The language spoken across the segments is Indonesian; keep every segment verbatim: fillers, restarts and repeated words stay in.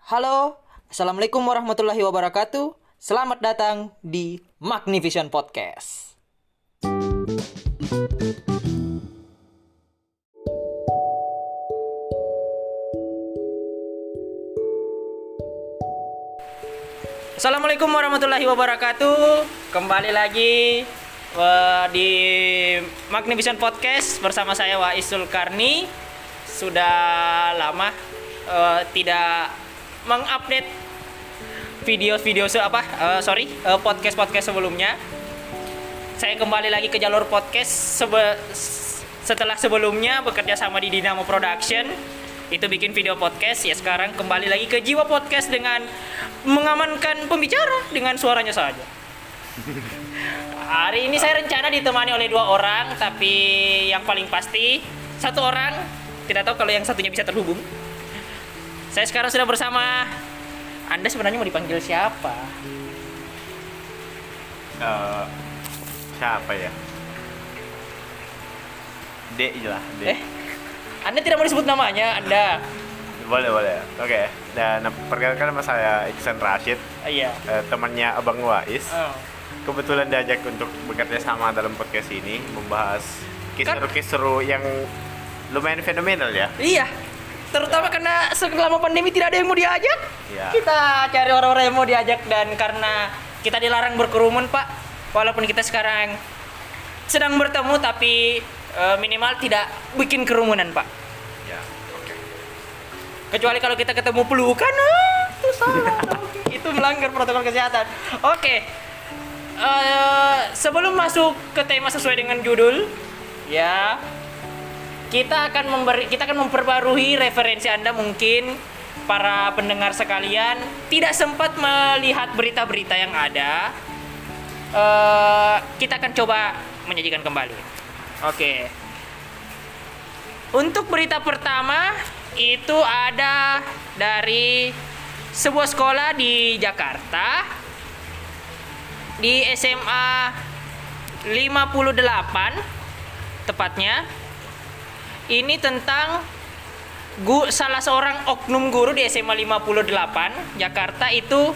Halo, Assalamualaikum warahmatullahi wabarakatuh. Selamat datang di Magnivision Podcast. Assalamualaikum warahmatullahi wabarakatuh. Kembali lagi uh, di Magnivision Podcast bersama saya Wais Zulkarni. Sudah lama uh, tidak mengupdate video-video se apa uh, sorry uh, podcast-podcast sebelumnya. Saya kembali lagi ke jalur podcast sebe- setelah sebelumnya bekerja sama di Dinamo Production. Itu bikin video podcast, ya sekarang kembali lagi ke Jiwa Podcast dengan mengamankan pembicara dengan suaranya saja. Hari ini saya rencana ditemani oleh dua orang, tapi yang paling pasti satu orang, tidak tahu kalau yang satunya bisa terhubung. Saya sekarang sudah bersama. Anda sebenarnya mau dipanggil siapa? Uh, siapa ya? D lah, D. Eh, Anda tidak mau disebut namanya, Anda. Boleh, boleh. Oke. Okay. Dan perkenalkan nama saya Iksan Rashid. Uh, iya. Uh, temannya Abang Wais. Oh. Kebetulan diajak untuk bekerja sama dalam podcast ini, membahas kisah-kisah seru yang lumayan fenomenal ya. Iya. Terutama karena selama pandemi tidak ada yang mau diajak. Ya. Kita cari orang-orang yang mau diajak, dan karena kita dilarang berkerumun, Pak. Walaupun kita sekarang sedang bertemu, tapi e, minimal tidak bikin kerumunan, Pak. Ya, oke. Okay. Kecuali kalau kita ketemu pelukan, ah, itu salah. Itu melanggar protokol kesehatan. Oke. Okay. Uh, sebelum masuk ke tema sesuai dengan judul, ya, kita akan memberi, kita akan memperbarui referensi Anda. Mungkin para pendengar sekalian tidak sempat melihat berita-berita yang ada. Uh, kita akan coba menyajikan kembali. Oke. Okay. Untuk berita pertama itu ada dari sebuah sekolah di Jakarta, di S M A lima puluh delapan tepatnya. Ini tentang gu, salah seorang oknum guru di S M A lima puluh delapan Jakarta itu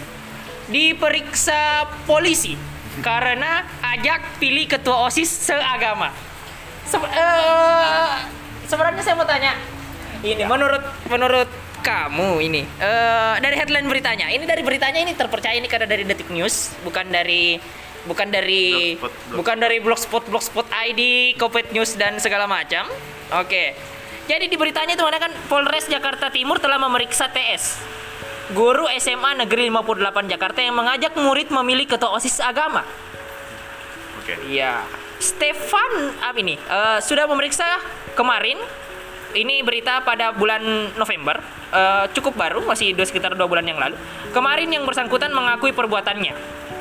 diperiksa polisi karena ajak pilih ketua OSIS seagama. Se- uh, sebenarnya saya mau tanya, ini menurut menurut kamu ini uh, dari headline beritanya, ini dari beritanya ini terpercaya ini karena dari Detik News, bukan dari bukan dari Blogspot, Blogspot. bukan dari blogspot blogspot I D, Kopet News dan segala macam. Oke. Jadi di beritanya itu kan Polres Jakarta Timur telah memeriksa T S, guru S M A Negeri lima puluh delapan Jakarta yang mengajak murid memilih ketua OSIS agama. Oke. Iya. Stefan apa ini? Uh, sudah memeriksa kemarin. Ini berita pada bulan November, uh, cukup baru, masih sekitar dua bulan yang lalu. Kemarin yang bersangkutan mengakui perbuatannya.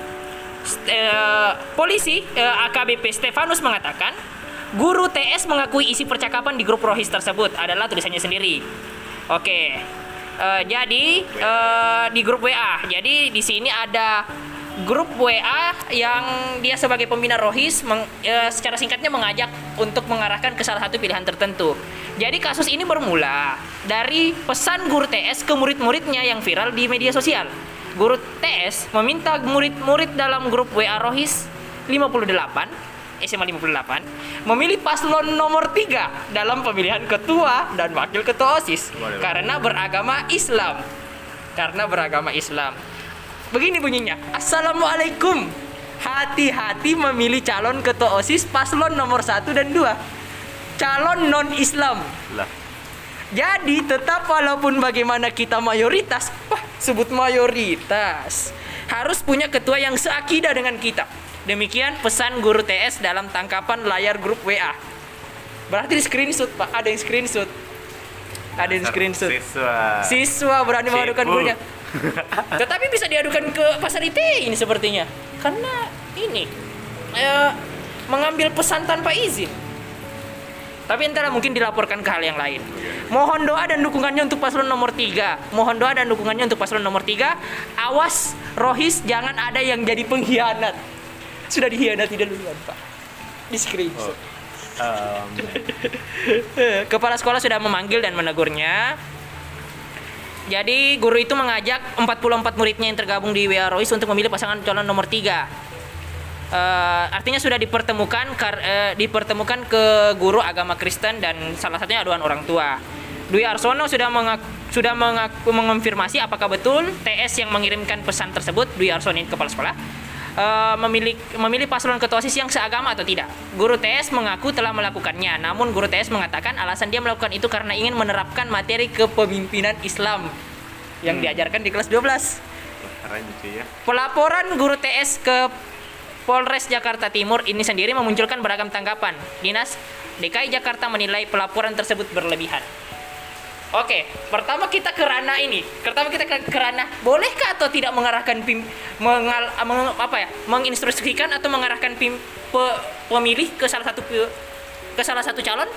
St- uh, polisi uh, A K B P Stefanus mengatakan, guru T S mengakui isi percakapan di grup Rohis tersebut adalah tulisannya sendiri. Oke, uh, jadi uh, di grup W A. Jadi di sini ada grup W A yang dia sebagai pembina Rohis meng, uh, secara singkatnya mengajak untuk mengarahkan ke salah satu pilihan tertentu. Jadi kasus ini bermula dari pesan guru T S ke murid-muridnya yang viral di media sosial. Guru T S meminta murid-murid dalam grup W A Rohis lima puluh delapan, S M A lima puluh delapan, memilih paslon nomor tiga dalam pemilihan ketua dan wakil ketua OSIS karena beragama Islam. Karena beragama Islam. Begini bunyinya, Assalamualaikum. Hati-hati memilih calon ketua OSIS paslon nomor satu dan dua. Calon non-Islam Lah. Jadi tetap walaupun bagaimana kita mayoritas, wah sebut mayoritas, harus punya ketua yang seakidah dengan kita. Demikian pesan guru T S dalam tangkapan layar grup W A. Berarti di screenshot, Pak. Ada yang screenshot. Ada yang screenshot. Siswa. Siswa berani mengadukan Cipu. gurunya. Tetapi bisa diadukan ke pasar I T E ini sepertinya. Karena ini eh, mengambil pesan tanpa izin. Tapi entahlah, mungkin dilaporkan ke hal yang lain. Mohon doa dan dukungannya untuk paslon nomor tiga. Mohon doa dan dukungannya untuk paslon nomor tiga. Awas Rohis jangan ada yang jadi pengkhianat. Sudah dihianati duluan, Pak. Di screenshot. Oh. Um. Kepala sekolah sudah memanggil dan menegurnya. Jadi guru itu mengajak empat puluh empat muridnya yang tergabung di W A Rois untuk memilih pasangan calon nomor tiga. Uh, artinya sudah dipertemukan kar, uh, dipertemukan ke guru agama Kristen dan salah satunya aduan orang tua. Dwi Arsono sudah mengak, sudah mengaku, mengonfirmasi apakah betul T S yang mengirimkan pesan tersebut, Dwi Arsono kepala sekolah, uh, memilih memilih paslon ketua OSIS yang seagama atau tidak. Guru T S mengaku telah melakukannya, namun guru T S mengatakan alasan dia melakukan itu karena ingin menerapkan materi kepemimpinan Islam yang hmm. diajarkan di kelas dua belas. Keren gitu ya. Pelaporan guru T S ke Polres Jakarta Timur ini sendiri memunculkan beragam tanggapan. Dinas D K I Jakarta menilai pelaporan tersebut berlebihan. Oke, pertama kita ke ranah ini. Pertama kita ke, ke ranah bolehkah atau tidak mengarahkan pim, mengal, meng, apa ya, menginstruksikan atau mengarahkan pim, pe, pemilih ke salah satu ke salah satu calon?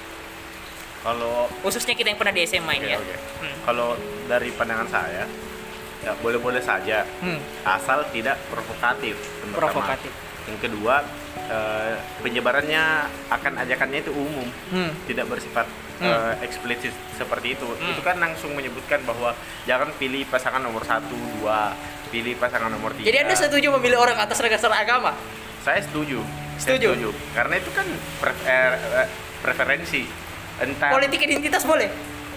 Kalau khususnya kita yang pernah di S M A ini okay, ya. Okay. Hmm. Kalau dari pandangan saya, ya boleh-boleh saja, hmm. asal tidak provokatif. Provokatif. Yang kedua, eh, penyebarannya akan ajakannya itu umum, hmm. tidak bersifat hmm. eh, eksplisit seperti itu. Hmm. Itu kan langsung menyebutkan bahwa jangan pilih pasangan nomor satu, dua, pilih pasangan nomor tiga. Jadi Anda setuju memilih orang atas dasar agama? Saya setuju. Setuju. Saya setuju. Karena itu kan pre eh, preferensi. Entah. Politik identitas boleh?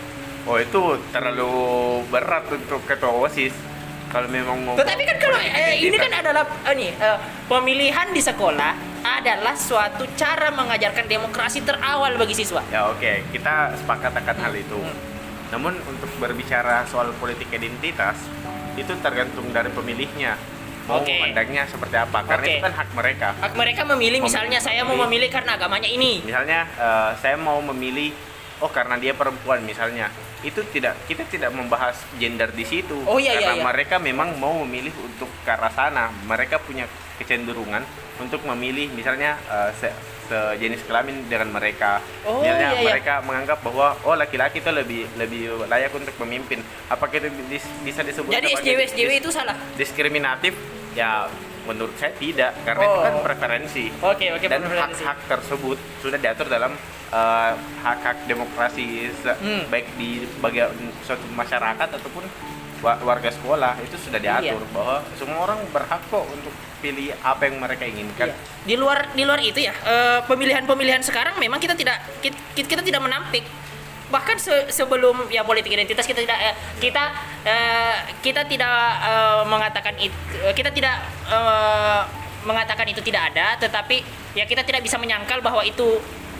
Oh itu terlalu berat untuk ketua OSIS. Kalau memang mau. Tetapi kan kalau eh, ini kan adalah ini eh, pemilihan di sekolah adalah suatu cara mengajarkan demokrasi terawal bagi siswa. Ya oke, okay. Kita sepakat akan hal itu. Hmm. Namun untuk berbicara soal politik identitas itu tergantung dari pemilihnya. Mau okay. memandangnya seperti apa? Karena okay. itu kan hak mereka. Hak mereka memilih. Misalnya memilih. Saya mau memilih karena agamanya ini. Misalnya uh, saya mau memilih oh karena dia perempuan misalnya. Itu tidak kita tidak membahas gender di situ. Oh, iya, karena iya, iya. mereka memang mau memilih untuk ke arah sana. Mereka punya kecenderungan untuk memilih misalnya uh, se sejenis kelamin dengan mereka. Oh, misalnya iya, iya. mereka menganggap bahwa oh laki-laki itu lebih lebih layak untuk memimpin. Apakah itu dis, bisa disebut jadi S J W S J W itu salah? Diskriminatif? Ya menurut saya tidak, karena oh. itu kan preferensi. Oke, oke, dan hak-hak tersebut sudah diatur dalam uh, hak-hak demokrasi hmm. baik di bagian suatu masyarakat ataupun warga sekolah itu sudah diatur iya. bahwa semua orang berhak kok untuk pilih apa yang mereka inginkan. Iya. Di luar di luar itu ya, uh, pemilihan-pemilihan sekarang memang kita tidak kita, kita tidak menampik. Bahkan se sebelum ya politik identitas kita tidak eh, kita eh, kita tidak eh, mengatakan itu kita tidak eh, mengatakan itu tidak ada, tetapi ya kita tidak bisa menyangkal bahwa itu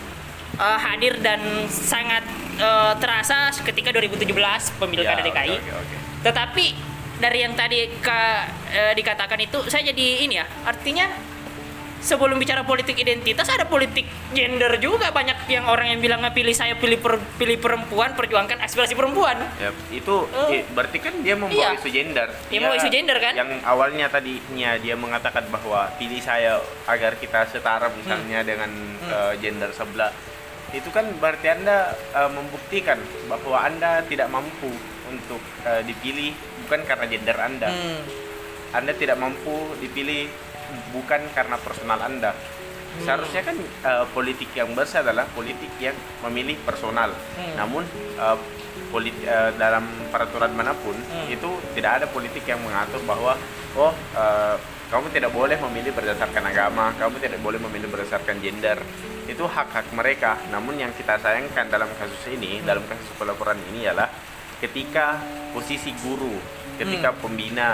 eh, hadir dan sangat eh, terasa ketika dua ribu tujuh belas pemilu ya, kada D K I. Okay, okay, okay. Tetapi dari yang tadi ke, eh, dikatakan itu saya jadi ini ya, artinya sebelum bicara politik identitas ada politik gender juga, banyak yang orang yang bilang pilih saya pilih per, pilih perempuan, perjuangkan aspirasi perempuan. Ya, itu uh, eh, berarti kan dia membawa iya. isu gender. Dia membawa isu gender kan? Yang awalnya tadinya dia mengatakan bahwa pilih saya agar kita setara misalnya hmm. dengan hmm. Uh, gender sebelah. Itu kan berarti Anda uh, membuktikan bahwa Anda tidak mampu untuk uh, dipilih bukan karena gender Anda. Hmm. Anda tidak mampu dipilih bukan karena personal Anda. Hmm. Seharusnya kan uh, politik yang bersih adalah politik yang memilih personal. Hmm. Namun uh, politik uh, dalam peraturan manapun hmm. itu tidak ada politik yang mengatur bahwa oh uh, kamu tidak boleh memilih berdasarkan agama, kamu tidak boleh memilih berdasarkan gender. Itu hak-hak mereka. Namun yang kita sayangkan dalam kasus ini, hmm. dalam kasus pelaporan ini adalah ketika posisi guru, ketika hmm. pembina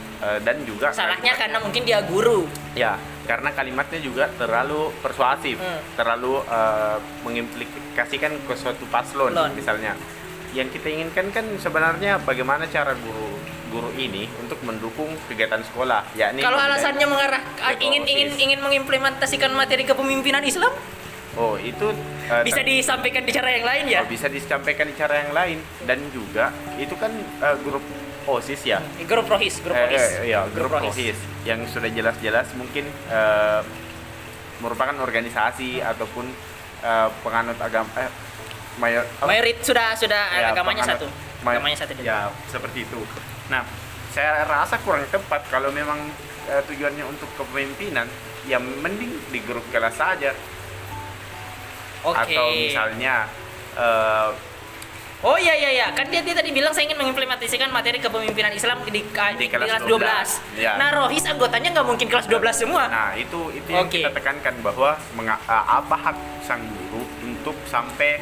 dan juga salahnya karena mungkin dia guru ya, karena kalimatnya juga terlalu persuasif, hmm. terlalu uh, mengimplikasikan ke suatu paslon. Lon. Misalnya yang kita inginkan kan sebenarnya bagaimana cara guru guru ini untuk mendukung kegiatan sekolah, yakni kalau alasannya mengarah ingin ingin ingin mengimplementasikan materi kepemimpinan Islam. Oh itu uh, bisa disampaikan di cara yang lain ya? Oh, bisa disampaikan di cara yang lain, dan juga itu kan uh, grup OSIS ya, grup rohis, grup rohis, eh, eh, ya, grup, grup rohis yang sudah jelas-jelas mungkin uh, merupakan organisasi ataupun uh, penganut agama, eh, mayor, oh, mayorit sudah sudah ya, agamanya penganut, satu, may, agamanya satu. Ya seperti itu. Nah, saya rasa kurang tepat kalau memang uh, tujuannya untuk kepemimpinan, ya mending di grup kelas saja. Okay. Atau misalnya uh, Oh iya iya iya, kan dia, dia tadi bilang saya ingin mengimplementasikan materi kepemimpinan Islam di, di, di kelas dua belas. Ya. Nah, Rohis anggotanya nggak mungkin kelas dua belas semua. Nah, itu itu yang Oke. kita tekankan bahwa menga- uh, apa hak sang guru untuk sampai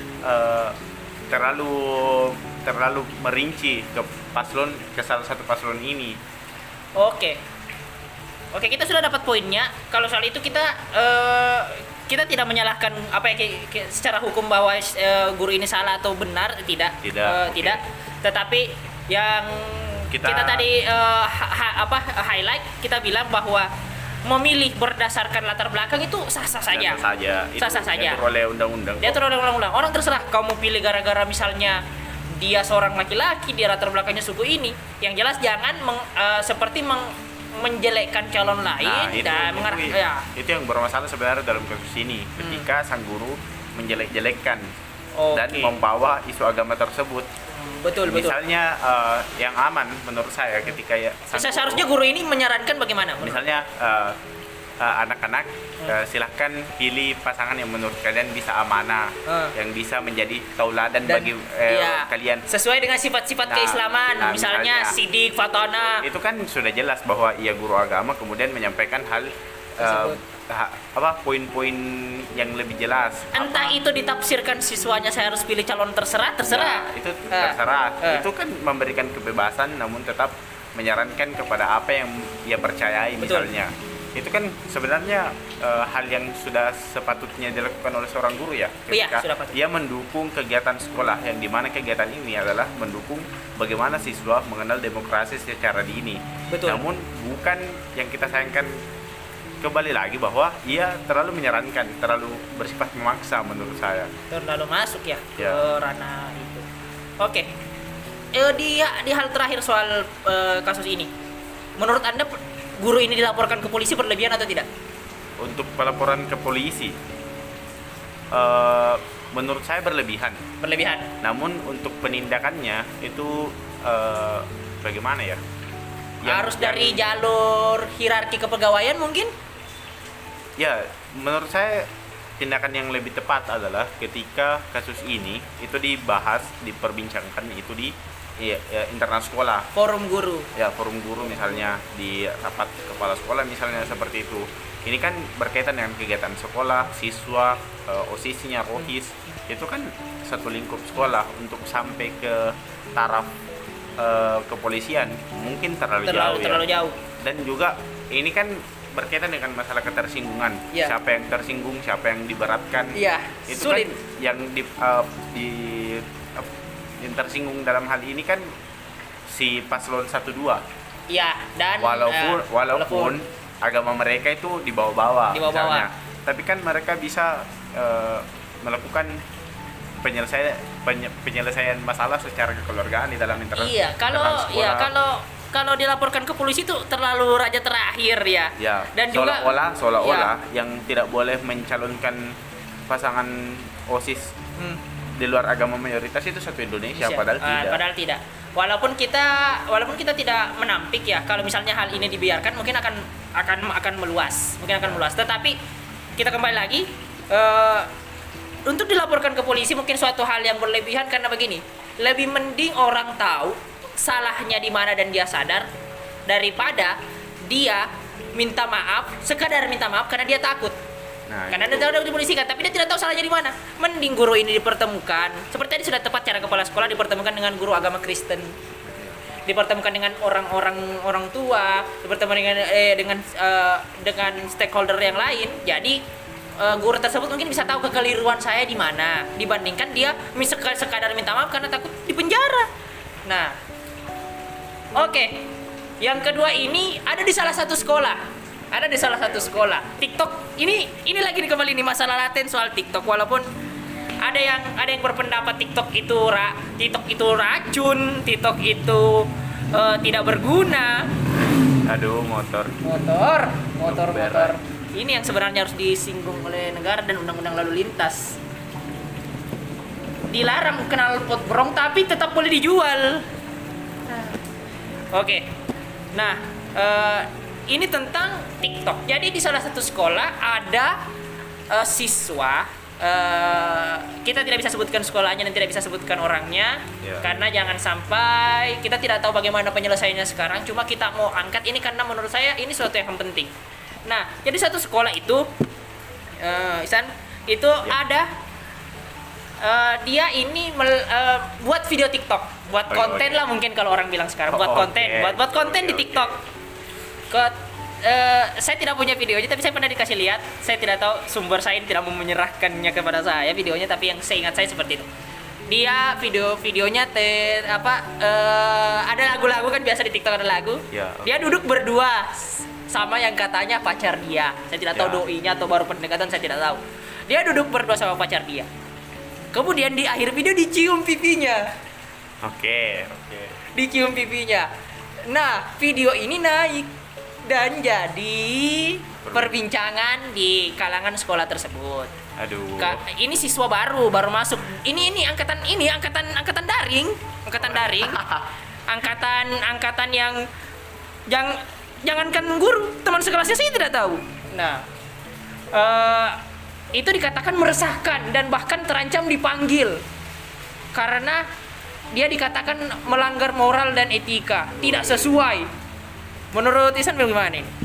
uh, terlalu terlalu merinci ke paslon ke salah satu paslon ini. Oke. Oke, kita sudah dapat poinnya. Kalau soal itu kita eh, kita tidak menyalahkan apa ya kayak- kayak secara hukum bahwa eh, guru ini salah atau benar, tidak. Tidak, Eh, oke. tidak. Tetapi yang kita, Kita- tadi eh, ha- ha- apa highlight kita bilang bahwa memilih berdasarkan latar belakang itu sah-sah saja. Sah saja. Itu Sah-sah saja. diatur oleh undang-undang. Dia terus ulang-ulang. Orang terserah kamu pilih gara-gara misalnya dia seorang laki-laki, dia latar belakangnya suku ini. Yang jelas jangan meng- eh, seperti meng- menjelekkan calon lain Nah, itu, dan itu, mengarah itu, ya. itu yang bermasalah sebenarnya dalam kasus ini. Ketika sang guru menjelek-jelekkan dan Oke. membawa isu agama tersebut. Betul betul. Misalnya uh, yang aman menurut saya ketika ya sang Se- guru- Seharusnya guru ini menyarankan bagaimana? menurut- misalnya uh, uh, anak-anak uh, silahkan pilih pasangan yang menurut kalian bisa amanah, Hmm. yang bisa menjadi tauladan Dan- bagi eh, iya, kalian. sesuai dengan sifat-sifat Nah, keislaman, nah, misalnya misalnya. sidik, fatona. Itu kan sudah jelas bahwa ia guru agama kemudian menyampaikan hal uh, Tersebut. ha- apa poin-poin yang lebih jelas. Entah Apa- itu ditafsirkan siswanya saya harus pilih calon terserah, terserah. Nah, itu Eh, terserah. eh. Itu kan memberikan kebebasan namun tetap menyarankan kepada apa yang ia percayai. Betul. Misalnya. Itu kan sebenarnya eh, hal yang sudah sepatutnya dilakukan oleh seorang guru ya. Iya, Ketika sudah patut. dia mendukung kegiatan sekolah yang dimana kegiatan ini adalah mendukung bagaimana siswa mengenal demokrasi secara dini. Betul. Namun bukan yang kita sayangkan, kembali lagi bahwa ia terlalu menyarankan, terlalu bersifat memaksa menurut saya. Terlalu masuk ya, ke Ya. ranah itu. Oke. Eh, di di hal terakhir soal eh, kasus ini. Menurut Anda pe- guru ini dilaporkan ke polisi berlebihan atau tidak? Untuk pelaporan ke polisi, eh, menurut saya berlebihan. Berlebihan. Namun untuk penindakannya itu eh, bagaimana ya? Yang- Harus yang- dari jalur hierarki kepegawaian mungkin? Ya, menurut saya tindakan yang lebih tepat adalah ketika kasus ini itu dibahas, diperbincangkan itu di ya, ya, internal sekolah. Forum guru. Ya, forum guru misalnya di rapat kepala sekolah misalnya seperti itu. Ini kan berkaitan dengan kegiatan sekolah, siswa, eh, osisnya, rohis. Itu kan satu lingkup sekolah. Untuk sampai ke taraf eh, kepolisian mungkin terlalu, Terlalu jauh ya. terlalu jauh. Dan juga ini kan berkaitan dengan masalah ketersinggungan. Iya. Siapa yang tersinggung, siapa yang diberatkan. Iya, Itu sulit. kan yang di, eh, di eh, yang tersinggung dalam hal ini kan si paslon satu dua. Iya, dan Walaupun eh, walaupun agama mereka itu dibawa-bawa Dibawa-bawa. misalnya. Tapi kan mereka bisa eh, melakukan penyelesaian penye- penyelesaian masalah secara kekeluargaan di dalam internal. Iya, kalau internal sekolah. ya kalau kalau dilaporkan ke polisi itu terlalu raja terakhir ya. Ya, Dan juga seolah-olah seolah-olah yang tidak boleh mencalonkan pasangan OSIS Hmm. di luar agama mayoritas itu satu Indonesia, Iya. padahal Eh, tidak. Padahal tidak. Walaupun kita walaupun kita tidak menampik ya kalau misalnya hal ini dibiarkan mungkin akan akan akan meluas, mungkin akan meluas. Tetapi kita kembali lagi eh, untuk dilaporkan ke polisi mungkin suatu hal yang berlebihan karena begini, lebih mending orang tahu salahnya di mana dan dia sadar daripada dia minta maaf, sekadar minta maaf karena dia takut. Nah, Karena itu. dia tahu dipolisikan, tapi dia tidak tahu salahnya di mana. Mending guru ini dipertemukan. Seperti tadi sudah tepat cara kepala sekolah dipertemukan dengan guru agama Kristen, dipertemukan dengan orang-orang orang tua, dipertemukan dengan eh, dengan eh, dengan stakeholder yang lain. Jadi eh, guru tersebut mungkin bisa tahu kekeliruan saya di mana, dibandingkan dia mis- sekadar minta maaf karena takut dipenjara. Nah, oke. Yang kedua ini ada di salah satu sekolah. Ada di salah satu sekolah. TikTok ini ini lagi nih kembali nih masalah laten soal TikTok, walaupun ada yang ada yang berpendapat TikTok itu ra, TikTok itu racun, TikTok itu eh, tidak berguna. Aduh, motor. Motor, motor, Berat. motor. Ini yang sebenarnya harus disinggung oleh negara dan undang-undang lalu lintas. Dilarang knalpot brong tapi tetap boleh dijual. Oke. Nah, eh, ini tentang TikTok. Jadi di salah satu sekolah ada eh, siswa eh, kita tidak bisa sebutkan sekolahnya dan tidak bisa sebutkan orangnya, Ya. karena jangan sampai kita tidak tahu bagaimana penyelesaiannya sekarang. Cuma kita mau angkat ini karena menurut saya ini suatu yang penting. Nah, jadi satu sekolah itu, eh, Isan, itu Ya. ada eh, dia ini mel- eh, buat video TikTok, buat Oke, konten oke. lah mungkin kalau orang bilang sekarang, buat Oh, konten, oke. buat buat konten Oke, di oke. TikTok. Ke eh, saya tidak punya videonya, tapi saya pernah dikasih lihat. Saya tidak tahu, sumber saya tidak mau menyerahkannya kepada saya videonya, tapi yang saya ingat saya seperti itu. Dia video-videonya te, apa eh, ada lagu-lagu kan, biasa di TikTok ada lagu. Ya, oke. Dia duduk berdua s- sama yang katanya pacar dia. Saya tidak tahu Ya. doinya atau baru pendekatan, saya tidak tahu. Dia duduk berdua sama pacar dia. Kemudian di akhir video dicium pipinya. Oke, oke. Dicium pipinya. Nah, video ini naik dan jadi perbincangan di kalangan sekolah tersebut. Aduh. Ka- ini siswa baru, baru masuk. Ini ini angkatan ini angkatan angkatan daring, angkatan daring. Angkatan angkatan yang yang jangankan guru, teman sekelasnya saya tidak tahu. Nah, eh, itu dikatakan meresahkan dan bahkan terancam dipanggil karena dia dikatakan melanggar moral dan etika, tidak sesuai. Menurut Isan bagaimana ini?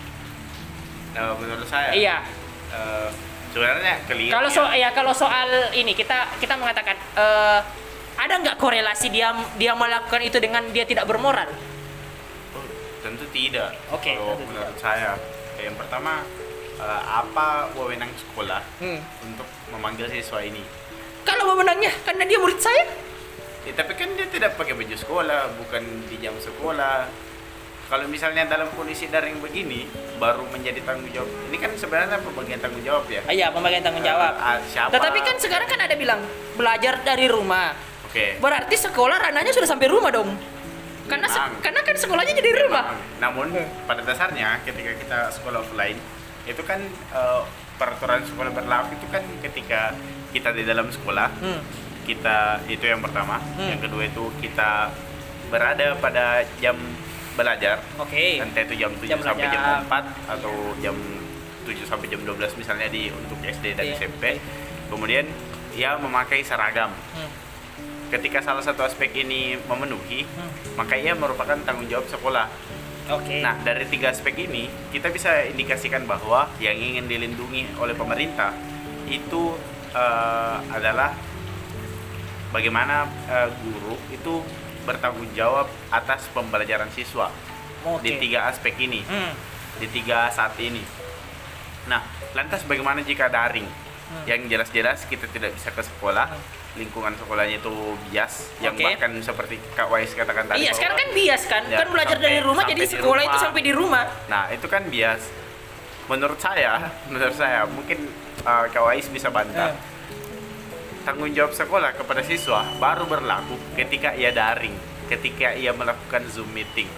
Nah, menurut saya, Iya. eh, sebenarnya clear. Kalau ya. so ya kalau soal ini kita kita mengatakan eh, ada nggak korelasi dia dia melakukan itu dengan dia tidak bermoral? Oh, tentu tidak. Oke, Kalau tentu menurut saya, yang pertama, eh, apa wewenang sekolah Hmm. untuk memanggil siswa ini? Kalau wewenangnya karena dia murid saya. Ya, tapi kan dia tidak pakai baju sekolah, bukan di jam sekolah. Kalau misalnya dalam kondisi daring begini, baru menjadi tanggung jawab. Ini kan sebenarnya pembagian tanggung jawab ya. Ah, iya, pembagian tanggung jawab. Eh, ah, siapa? Tetapi kan sekarang kan ada bilang belajar dari rumah. Oke. Berarti sekolah ranahnya sudah sampai rumah dong. Karena se- Memang. karena kan sekolahnya jadi rumah. Namun pada dasarnya ketika kita sekolah offline itu kan eh, peraturan sekolah berlaku itu kan ketika kita di dalam sekolah, Hmm. kita itu yang pertama. Hmm. Yang kedua itu kita berada pada jam belajar, Oke. entah itu jam tujuh Jam sampai belajar. jam empat atau jam tujuh sampai jam dua belas misalnya di untuk S D dan Iya. S M P. Kemudian ia memakai seragam. Hmm. Ketika salah satu aspek ini memenuhi, Hmm. maka ia merupakan tanggung jawab sekolah. Oke. Nah, dari tiga aspek ini, kita bisa indikasikan bahwa yang ingin dilindungi oleh pemerintah itu eh, adalah bagaimana eh, guru itu bertanggung jawab atas pembelajaran siswa Oke. di tiga aspek ini, Hmm. di tiga saat ini. Nah, lantas bagaimana jika daring? Hmm. Yang jelas-jelas kita tidak bisa ke sekolah, lingkungan sekolahnya itu bias, yang Oke. bahkan seperti Kak Wais katakan tadi. Iya, bahwa- sekarang kan bias kan? Ya, Kan belajar sampai- dari rumah sampai jadi di sekolah itu rumah. sampai di rumah. Nah, itu kan bias. Menurut saya, menurut saya mungkin uh, Kak Wais bisa bantah. Eh. Tanggung jawab sekolah kepada siswa baru berlaku ketika ia daring, ketika ia melakukan Zoom meeting.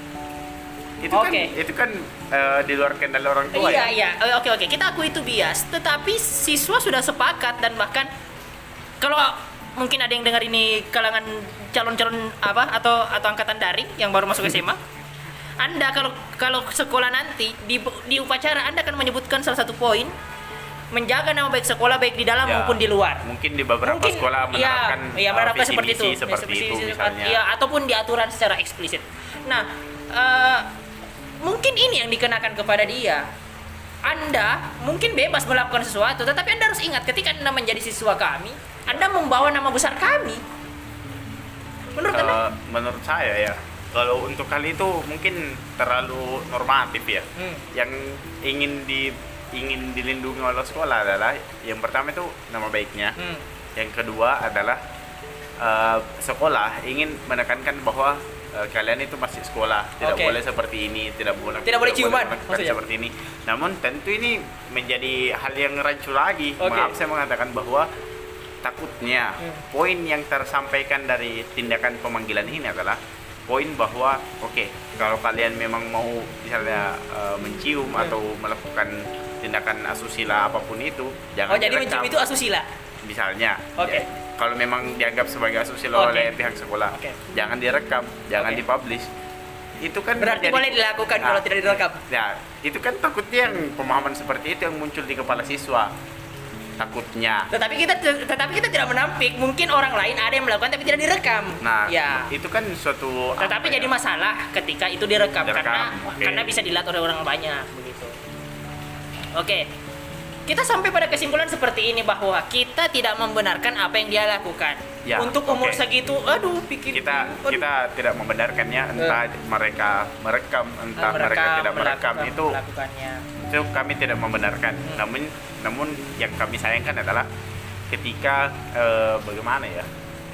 Itu kan Oke. itu kan uh, di luar kendali orang tua Iya, ya. iya. Eh, Oke, oke. Kita akui itu bias, tetapi siswa sudah sepakat dan bahkan kalau mungkin ada yang dengar ini kalangan calon-calon apa atau atau angkatan daring yang baru masuk S M A. Anda kalau kalau sekolah nanti di di upacara Anda akan menyebutkan salah satu poin menjaga nama baik sekolah baik di dalam Ya, maupun di luar. Mungkin di beberapa Mungkin, sekolah menerapkan iya, iya, uh, menerapkan visi seperti itu, misi seperti Visi itu misi misalnya. iya, ataupun di aturan secara eksplisit. Nah, eh, mungkin ini yang dikenakan kepada dia. Anda mungkin bebas melakukan sesuatu, tetapi Anda harus ingat ketika Anda menjadi siswa kami, Anda membawa nama besar kami. Menurut Anda? Uh, menurut saya ya, kalau untuk hal itu mungkin terlalu normatif ya. Hmm. Yang ingin di ingin dilindungi oleh sekolah adalah yang pertama itu nama baiknya, Hmm. yang kedua adalah uh, sekolah ingin menekankan bahwa uh, kalian itu masih sekolah, tidak Oke. boleh seperti ini, tidak boleh Tidak boleh ciuman, melakukan maksudnya? seperti ini. Namun tentu ini menjadi hal yang rancu lagi. Oke. Maaf saya mengatakan bahwa takutnya Hmm. poin yang tersampaikan dari tindakan pemanggilan ini adalah poin bahwa oke, kalau kalian memang mau misalnya uh, mencium Hmm. atau melakukan tindakan asusila apapun itu, jangan Oh, jadi direkam. mencium itu asusila. Misalnya, Oke. ya, kalau memang dianggap sebagai asusila Oke. oleh pihak sekolah, Oke. jangan direkam, jangan Oke. dipublish. Itu kan Berarti menjadi- boleh dilakukan Nah, kalau tidak direkam. Ya, itu kan takutnya yang pemahaman seperti itu yang muncul di kepala siswa. takutnya. Tetapi kita tetapi kita tidak menampik. Mungkin orang lain ada yang melakukan tapi tidak direkam. Nah, ya. itu kan suatu Tetapi apa jadi ya? masalah ketika itu direkam, Direkam, karena oke. karena bisa dilihat oleh orang banyak begitu. Oke. Kita sampai pada kesimpulan seperti ini bahwa kita tidak membenarkan apa yang dia lakukan. Ya, Untuk umur oke. segitu, aduh pikir kita aduh. kita tidak membenarkannya, entah mereka merekam, entah mereka, Merekam, tidak merekam, melakukan- itu melakukannya. itu kami tidak membenarkan. Hmm. Namun namun yang kami sayangkan adalah ketika eh, bagaimana ya,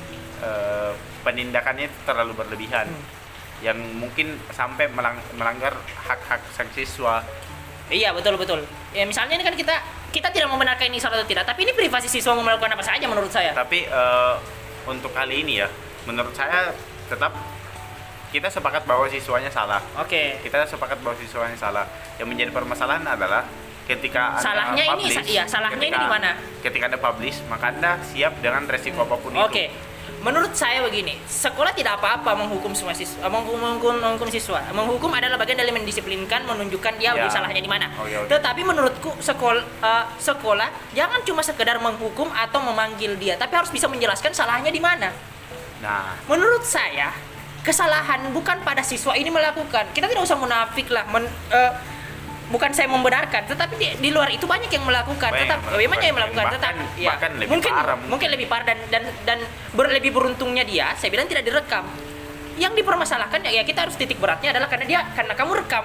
eh, penindakannya itu terlalu berlebihan, Hmm. yang mungkin sampai melang- melanggar hak-hak sang siswa. Iya, betul betul. Ya misalnya ini kan kita kita tidak membenarkan ini salah atau tidak, tapi ini privasi siswa mau melakukan apa saja menurut saya. Tapi eh, untuk kali ini ya, menurut saya tetap kita sepakat bahwa siswanya salah. Oke. Kita sepakat bahwa siswanya salah. Yang menjadi permasalahan adalah ketika Anda Salahnya ini, publish, sa- iya, salahnya ini ketika- di mana? Ketika Anda publish, maka Anda siap dengan resiko apapun itu. Oke. Menurut saya begini, sekolah tidak apa-apa menghukum semua siswa, menghukum, menghukum, menghukum siswa. Menghukum adalah bagian dari mendisiplinkan, menunjukkan dia Ya. salahnya di mana. Oke, oke. Tetapi menurutku sekolah sekolah jangan cuma sekedar menghukum atau memanggil dia, tapi harus bisa menjelaskan salahnya di mana. Nah, Menurut saya, kesalahan bukan pada siswa ini melakukan. Kita tidak usah munafik lah. Men- eh, bukan saya membenarkan, tetapi di, di luar itu banyak yang melakukan. Banyak Tetap yang melakukan. banyak yang melakukan, Bahkan- tetap ya. bahkan lebih mungkin parah. mungkin lebih parah dan dan dan ber- lebih beruntungnya dia, saya bilang tidak direkam. Yang dipermasalahkan ya, ya kita harus titik beratnya adalah karena dia karena kamu rekam.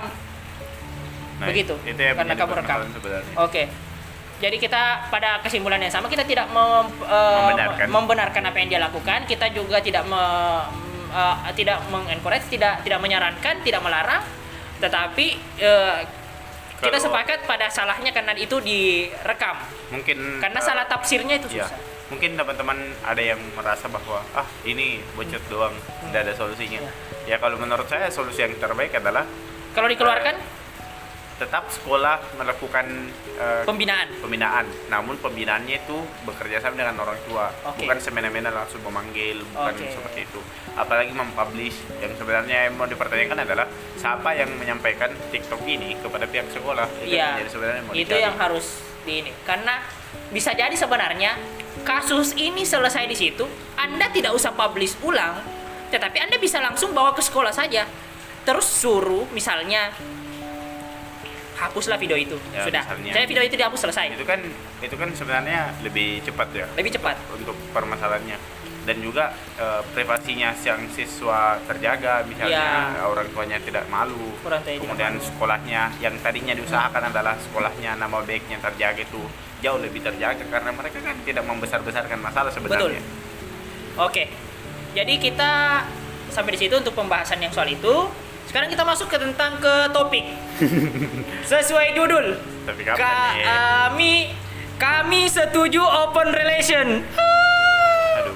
nah Begitu. Itu yang Karena menjadi kamu rekam. permasalahan sebenarnya. Oke. Jadi kita pada kesimpulan yang sama, kita tidak mem- eh, Membenarkan. membenarkan apa yang dia lakukan, kita juga tidak me- eh, tidak mengencourage, tidak tidak menyarankan, tidak melarang, tetapi eh, kita Kalau- sepakat pada salahnya karena itu direkam. Mungkin Karena eh, salah tafsirnya itu ya, susah. mungkin teman-teman ada yang merasa bahwa ah ini bocot doang, tidak ada solusinya. Ya kalau menurut saya solusi yang terbaik adalah Kalau dikeluarkan tetap sekolah melakukan eh, pembinaan. pembinaan, namun pembinaannya itu bekerja sama dengan orang tua, Oke. bukan semena-mena langsung memanggil, bukan Oke. seperti itu. Apalagi mempublish, yang sebenarnya yang mau dipertanyakan adalah siapa yang menyampaikan TikTok ini kepada pihak sekolah. Itu yang Iya. menjadi sebenarnya mau Itu dicari. yang harus di ini. Karena bisa jadi sebenarnya kasus ini selesai di situ, Anda tidak usah publish ulang, tetapi Anda bisa langsung bawa ke sekolah saja. Terus suruh misalnya hapuslah video itu. Ya, Sudah. misalnya. Saya video itu dihapus selesai. Itu kan itu kan sebenarnya lebih cepat ya Lebih cepat. untuk permasalahannya, dan juga eh, privasinya sang siswa terjaga, misalnya Ya. orang tuanya tidak malu. Orang tuanya tidak Kemudian malu. sekolahnya yang tadinya diusahakan adalah sekolahnya nama baiknya terjaga itu jauh lebih terjaga karena mereka kan tidak membesar-besarkan masalah sebenarnya. Oke. Jadi kita sampai di situ untuk pembahasan yang soal itu. Sekarang kita masuk ke tentang ke topik. Sesuai judul. Tapi kapan Ka- nih? kami kami setuju open relation. Aduh.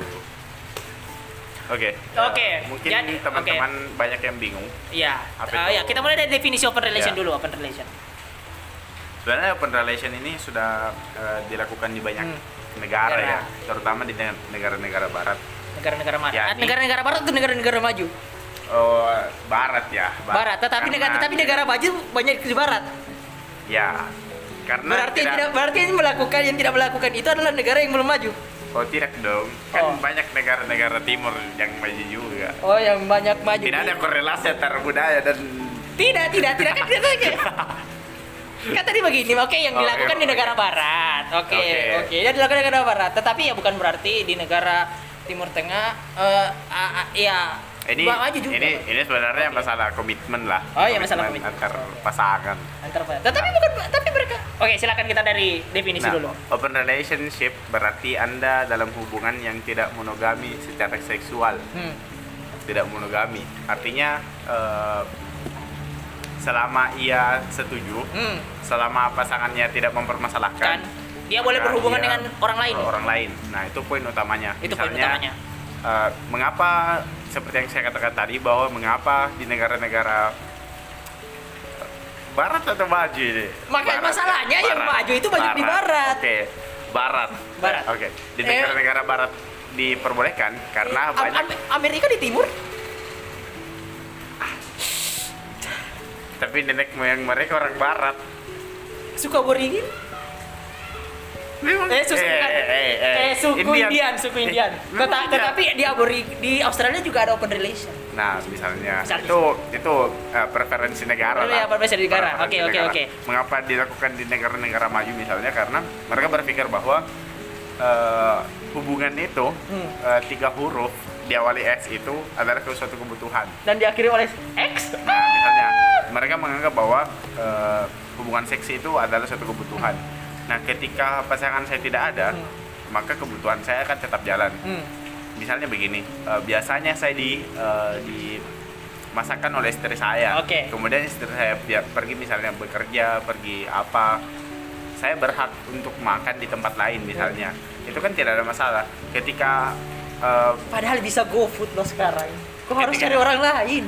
Oke. Oke, Eh, mungkin jadi- teman-teman banyak yang bingung. Ya, Apa eh, itu? ya kita mulai dari definisi open relation Ya. dulu. Open relation. Sebenarnya open relation ini sudah eh, dilakukan di banyak Hmm. negara Negara. ya, terutama di ne- negara-negara barat. Negara-negara mana? Ya, Ah, ini- negara-negara barat atau negara-negara maju? Oh, barat ya. Barat, tetapi Karena- negara tetapi negara maju banyak di barat. Ya, karena Berarti tidak, tidak berarti yang melakukan yang tidak melakukan itu adalah negara yang belum maju. oh tidak dong, kan Oh. banyak negara-negara timur yang maju juga. Oh, yang banyak maju. Tidak ada korelasi antara budaya dan Tidak, tidak, tidak kan tidak aja. Kan tadi begini, oke yang Oke, dilakukan di oke. negara barat. Oke, Oke. oke. Yang dilakukan di negara barat, tetapi ya bukan berarti di negara Timur Tengah eh a- a- ya ini maju juga. ini ini sebenarnya masalah komitmen lah. Oh, iya, masalah komitmen. antar pasangan. Antar tetapi bukan tapi mereka. Oke, silakan kita dari definisi Nah, dulu. open relationship berarti Anda dalam hubungan yang tidak monogami secara seksual. Hmm. Tidak monogami. Artinya eh, selama ia setuju, Hmm. selama pasangannya tidak mempermasalahkan, Kan dia boleh maka berhubungan ia dengan orang lain. Orang lain. Nah, itu poin utamanya. Itu poin Misalnya, utamanya. eh, mengapa seperti yang saya katakan tadi bahwa mengapa di negara-negara barat atau maju ini? Makanya Barat, masalahnya yang maju itu banyak di barat. Oke, barat. Barat. Oke, di Eh. negara-negara barat diperbolehkan karena Am- banyak. Am- Amerika di timur. Tapi nenek moyang mereka orang barat. Suka beringin. Memang Eh, suku, eh, eh, eh, eh, suku Indian. Indian, suku Indian. Eh, Teta- memang tetapi di Abori, di Australia juga ada open relation. Nah, misalnya, Misalnya. itu itu uh, preferensi negara Oh, lah. iya, preferensi negara. Preferensi Oke, oke, negara. oke. Mengapa dilakukan di negara-negara maju misalnya? Karena mereka berpikir bahwa uh, hubungan itu Hmm. uh, tiga huruf diawali S itu adalah suatu kebutuhan. Dan diakhiri oleh X. Nah, misalnya mereka menganggap bahwa uh, hubungan seksi itu adalah suatu kebutuhan. Nah, ketika pasangan saya tidak ada, Hmm. maka kebutuhan saya akan tetap jalan. Hmm. Misalnya begini, uh, biasanya saya di uh, dimasakkan oleh istri saya. Oke. Kemudian istri saya biar pergi misalnya bekerja, pergi apa, saya berhak untuk makan di tempat lain misalnya. Itu kan tidak ada masalah. Ketika uh, Padahal bisa GoFood loh sekarang. Kok harus Ketika- cari orang lain?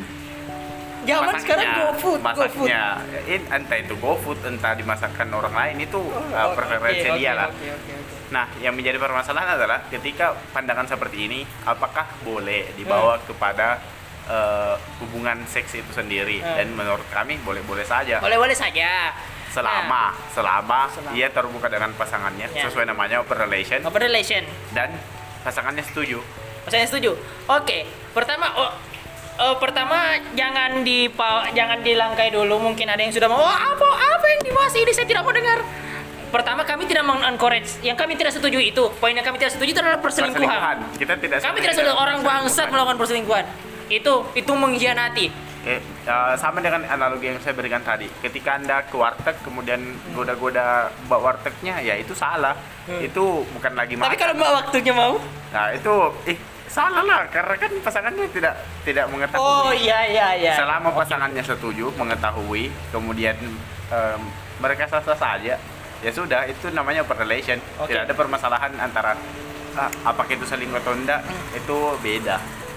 Zaman masaknya, sekarang GoFood, GoFood. masaknya, in- entah itu GoFood, entah dimasakkan orang lain, itu Oh, uh, preferensi oke, dia oke, lah. oke, oke, oke. Nah, yang menjadi permasalahan adalah ketika pandangan seperti ini, apakah boleh dibawa Hmm. kepada uh, hubungan seks itu sendiri? Hmm. Dan menurut kami boleh-boleh saja, Boleh-boleh saja. selama selama Selama. ia terbuka dengan pasangannya Ya. sesuai namanya open relation Nah, open relation. dan pasangannya setuju. Saya setuju. Oke, pertama oh, oh, pertama jangan di jangan dilangkai dulu. Mungkin ada yang sudah mau oh, apa apa yang dibahas ini saya tidak mau dengar. Pertama kami tidak meng-encourage. Yang kami tidak setuju itu, poin yang kami tidak setuju itu adalah perselingkuhan. Perselingkuhan. Kita tidak Kami setuju tidak setuju dengan orang bangsat perselingkuhan. melakukan perselingkuhan. Itu itu mengkhianati. Eh, uh, sama dengan analogi yang saya berikan tadi. Ketika Anda ke warteg kemudian goda-goda mbak wartegnya, ya itu salah. Hmm. Itu bukan lagi Tapi makan. kalau mbak waktunya mau, Nah, itu eh salah lah karena kan pasangannya tidak tidak mengetahui. oh iya iya iya. Selama pasangannya setuju, mengetahui, kemudian em, mereka sah-sah saja, ya sudah, itu namanya open relation. Oke. Tidak ada permasalahan antara ah, apakah itu selingkuh atau enggak, itu beda.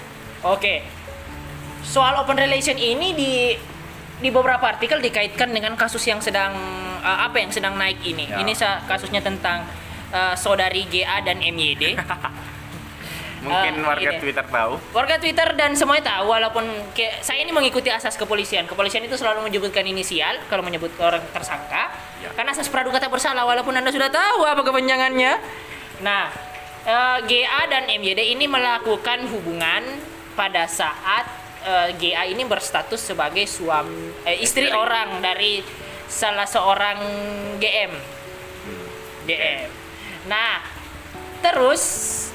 Oke. Soal open relation ini di di beberapa artikel dikaitkan dengan kasus yang sedang eh, apa yang sedang naik ini. Ya. Ini sa- kasusnya tentang eh, saudari G A dan M Y D. Mungkin Ah, warga ini. Twitter tahu. Warga Twitter dan semuanya tahu, walaupun kayak, saya ini mengikuti asas kepolisian. Kepolisian itu selalu menyebutkan inisial kalau menyebut orang tersangka. Ya. Karena asas praduga tak bersalah, walaupun Anda sudah tahu apa kepanjangannya. Nah, eh, G A dan M Y D ini melakukan hubungan pada saat eh, G A ini berstatus sebagai suami eh, istri Istri. orang dari salah seorang G M. G M. Nah, terus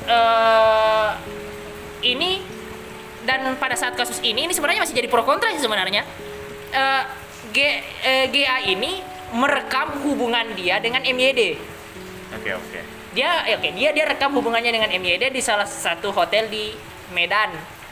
eh, ini dan pada saat kasus ini ini sebenarnya masih jadi pro kontra sih sebenarnya. Eh, G, eh, G A ini merekam hubungan dia dengan M Y D. Oke, oke. Dia eh, oke, dia dia rekam hubungannya dengan M Y D di salah satu hotel di Medan.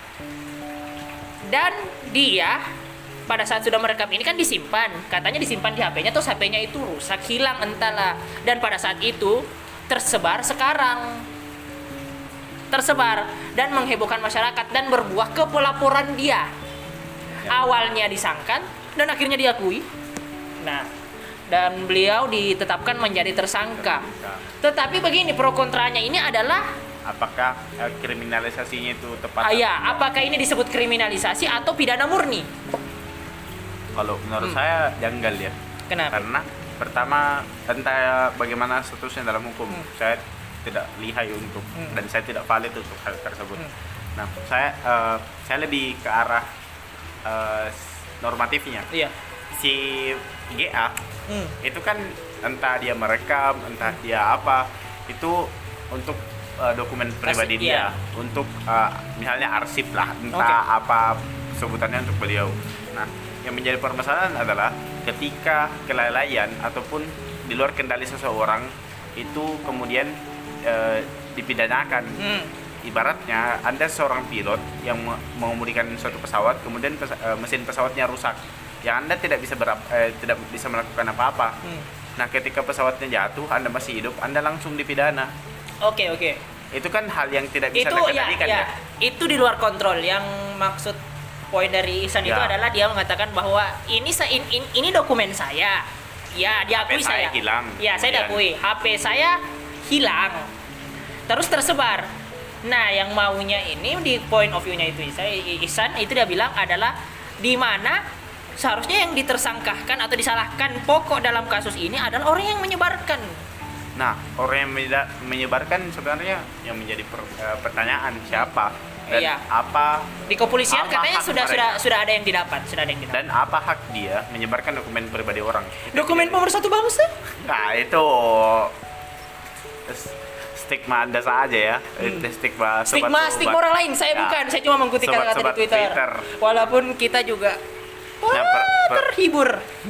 Dan dia pada saat sudah merekam ini kan disimpan, katanya disimpan di H P-nya, terus H P-nya itu rusak, hilang entahlah. Dan pada saat itu tersebar sekarang, tersebar dan menghebohkan masyarakat dan berbuah ke pelaporan dia. Awalnya disangkan dan akhirnya diakui. Nah, dan beliau ditetapkan menjadi tersangka. Tetapi begini, pro kontranya ini adalah Apakah eh, kriminalisasinya itu tepat? ah, ya, apakah ini disebut kriminalisasi atau pidana murni? Kalau menurut Hmm. saya janggal ya. Kenapa? Karena pertama entah bagaimana statusnya dalam hukum, Hmm. saya tidak lihai untuk Hmm. dan saya tidak valid untuk hal tersebut. Hmm. Nah, saya eh, saya lebih ke arah eh, normatifnya. Iya. Si G A Hmm. itu kan entah dia merekam, entah dia apa, itu untuk eh, dokumen pribadi Arsip, dia, iya. untuk eh, misalnya arsip lah, entah apa sebutannya untuk beliau. Nah, yang menjadi permasalahan adalah ketika kelalaian ataupun di luar kendali seseorang itu kemudian eh, dipidanakan. Hmm. Ibaratnya Anda seorang pilot yang me- mengemudikan suatu pesawat, kemudian pes- eh, mesin pesawatnya rusak, yang Anda tidak bisa berap- eh, tidak bisa melakukan apa-apa. Hmm. Nah, ketika pesawatnya jatuh, Anda masih hidup, Anda langsung dipidana. Oke, oke. Itu kan hal yang tidak bisa Itu Anda ya, kendalikan ya, ya. itu di luar kontrol. Yang maksud poin dari Ihsan itu Ya. adalah dia mengatakan bahwa ini sa- in- in- ini dokumen saya. Ya, diakui H P saya saya. hilang. Ya, saya Kemudian- diakui. H P saya hilang. Terus tersebar. Nah, yang maunya ini di point of view-nya itu saya Ihsan itu dia bilang adalah di mana seharusnya yang ditersangkakan atau disalahkan pokok dalam kasus ini adalah orang yang menyebarkan Nah, orang yang menyeda- menyebarkan sebenarnya yang menjadi per- eh, pertanyaan siapa dan Iya. apa Di kepolisian apa katanya hak sudah mereka? sudah sudah ada yang didapat, sudah ada yang didapat. dan apa hak dia menyebarkan dokumen pribadi orang. Dokumen pemersatu bangsa? Nah, itu s- stigma Anda saja ya. Itu stigma sobat- Stigma sobat. stigma orang lain, saya Ya. bukan. Saya cuma mengikuti kata-kata Sobat-sobat di Twitter. Twitter. Walaupun kita juga Nah, per- per- terhibur.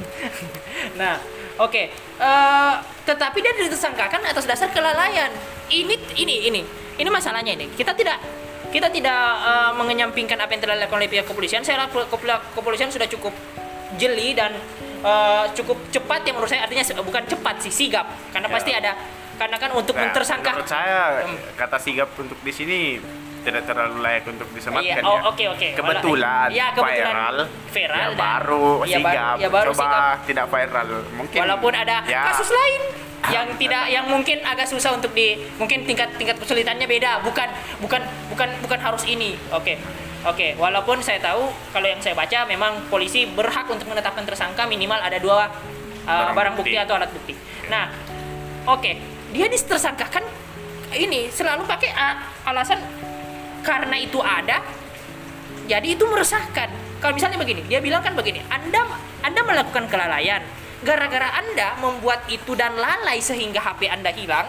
Nah, oke. Eh, tetapi dia disangkakan atas dasar kelalaian. Ini ini ini. Ini masalahnya ini. Kita tidak kita tidak eh, mengenyampingkan apa yang telah dilakukan oleh pihak kepolisian. Saya rasa pihak kepolisian sudah cukup jeli dan eh, cukup cepat, yang menurut saya artinya se- bukan cepat sih, sigap. Karena Ya. pasti ada karena kan untuk Nah, mentersangka. menurut saya Hmm. kata sigap untuk di sini tidak terlalu layak untuk Iya, disematkan oh, ya. oke, oke. Kebetulan, Ya, kebetulan viral, viral ya dan- baru ya, baru- sigap. ya, baru Coba sigap. tidak viral, mungkin. Walaupun ada ya, kasus lain yang tidak yang mungkin agak susah untuk di mungkin tingkat tingkat kesulitannya beda, bukan bukan bukan bukan harus ini. Oke. Oke, walaupun saya tahu kalau yang saya baca memang polisi berhak untuk menetapkan tersangka minimal ada dua uh, Barang barang bukti. bukti. atau alat bukti. Nah, oke, dia ditersangkakan ini selalu pakai uh, alasan karena itu ada, jadi itu meresahkan. Kalau misalnya begini, dia bilang kan begini, Anda Anda melakukan kelalaian. Gara-gara Anda membuat itu dan lalai sehingga H P Anda hilang,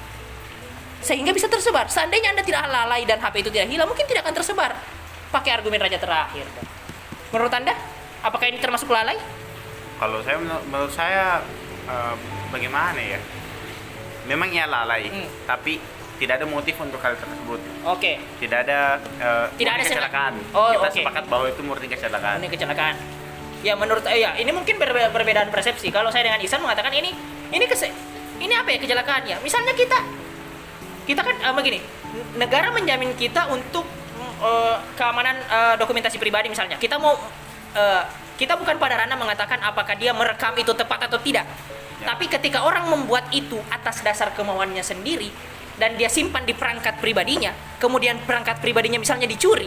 sehingga bisa tersebar. Seandainya Anda tidak lalai dan H P itu tidak hilang, mungkin tidak akan tersebar. Pakai argumen raja terakhir. Menurut Anda, apakah ini termasuk lalai? Kalau saya menur- menurut saya eh, bagaimana ya? Memang ia lalai, Hmm. tapi tidak ada motif untuk hal tersebut. Oke, Tidak ada eh, Tidak ada murni sen- kecelakaan. Oh, Kita oke. sepakat bahwa itu murni kecelakaan. ini kecelakaan. Ya menurut eh, ya ini mungkin berbe- perbedaan persepsi. Kalau saya dengan Ihsan mengatakan ini ini kese ini apa ya kecelakaan ya? Misalnya kita kita kan eh, begini, negara menjamin kita untuk eh, keamanan eh, dokumentasi pribadi misalnya. Kita mau eh, kita bukan pada ranah mengatakan apakah dia merekam itu tepat atau tidak. Ya. Tapi ketika orang membuat itu atas dasar kemauannya sendiri dan dia simpan di perangkat pribadinya, kemudian perangkat pribadinya misalnya dicuri.